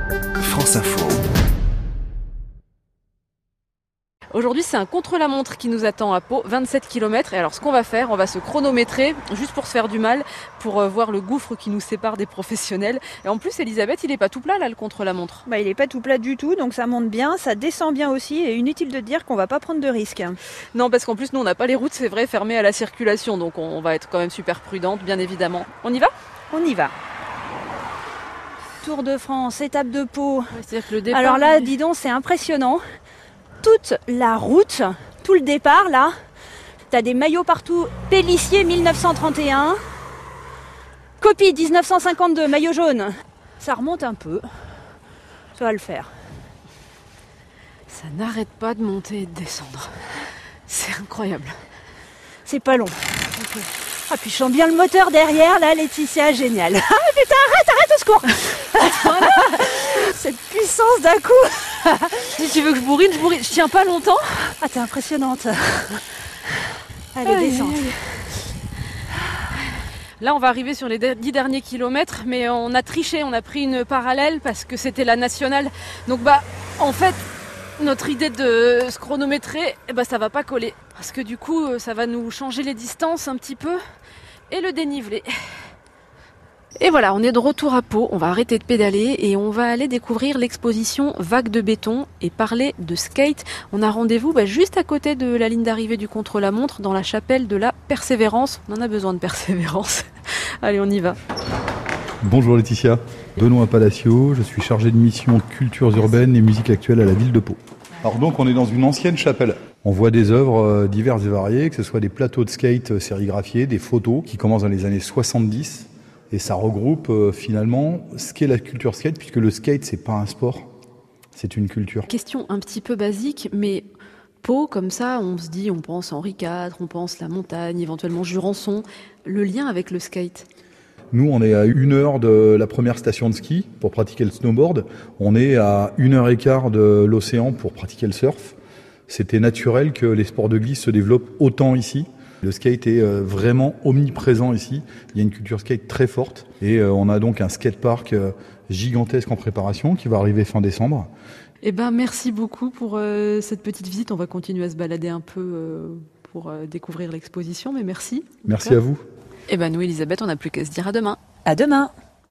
France Info. Aujourd'hui, c'est un contre-la-montre qui nous attend à Pau, 27 km. Et alors, ce qu'on va faire, on va se chronométrer, juste pour se faire du mal, pour voir le gouffre qui nous sépare des professionnels. Et en plus, Elisabeth, il est pas tout plat, là, le contre-la-montre. Il est pas tout plat du tout, donc ça monte bien, ça descend bien aussi. Et inutile de dire qu'on va pas prendre de risques. Non, parce qu'en plus, nous, on n'a pas les routes, c'est vrai, fermées à la circulation. Donc, on va être quand même super prudente, bien évidemment. On y va ? On y va. Tour de France, étape de Pau. C'est-à-dire que le départ... Alors là, dis donc, c'est impressionnant. Toute la route, tout le départ là, t'as des maillots partout. Pélissier 1931, copie 1952, maillot jaune. Ça remonte un peu, ça va le faire. Ça n'arrête pas de monter et de descendre. C'est incroyable. C'est pas long. Okay. Ah puis je sens bien le moteur derrière là, Laetitia, génial. Ah putain, arrête, au secours. Voilà. Cette puissance d'un coup. Si tu veux que je bourrine, je tiens pas longtemps. Ah, t'es impressionnante. Allez, descente. Là, on va arriver sur les 10 derniers kilomètres, mais on a triché, on a pris une parallèle parce que c'était la nationale. Donc, en fait, notre idée de se chronométrer, ça va pas coller. Parce que du coup, ça va nous changer les distances un petit peu et le dénivelé. Et voilà, on est de retour à Pau, on va arrêter de pédaler et on va aller découvrir l'exposition Vagues de béton et parler de skate. On a rendez-vous juste à côté de la ligne d'arrivée du contre-la-montre dans la chapelle de la Persévérance. On en a besoin de persévérance. Allez, on y va. Bonjour Laetitia, Benoît Palacio, je suis chargé de mission cultures urbaines et musique actuelle à la ville de Pau. Alors donc on est dans une ancienne chapelle. On voit des œuvres diverses et variées, que ce soit des plateaux de skate sérigraphiés, des photos qui commencent dans les années 70. Et ça regroupe finalement ce qu'est la culture skate, puisque le skate, c'est pas un sport, c'est une culture. Question un petit peu basique, mais Pau, comme ça, on se dit, on pense Henri IV, on pense la montagne, éventuellement Jurançon. Le lien avec le skate ? Nous, on est à 1 heure de la première station de ski pour pratiquer le snowboard. On est à 1h15 de l'océan pour pratiquer le surf. C'était naturel que les sports de glisse se développent autant ici. Le skate est vraiment omniprésent ici. Il y a une culture skate très forte et on a donc un skatepark gigantesque en préparation qui va arriver fin décembre. Merci beaucoup pour cette petite visite. On va continuer à se balader un peu pour découvrir l'exposition, mais merci. Merci à vous. Nous, Elisabeth, on n'a plus qu'à se dire à demain. À demain.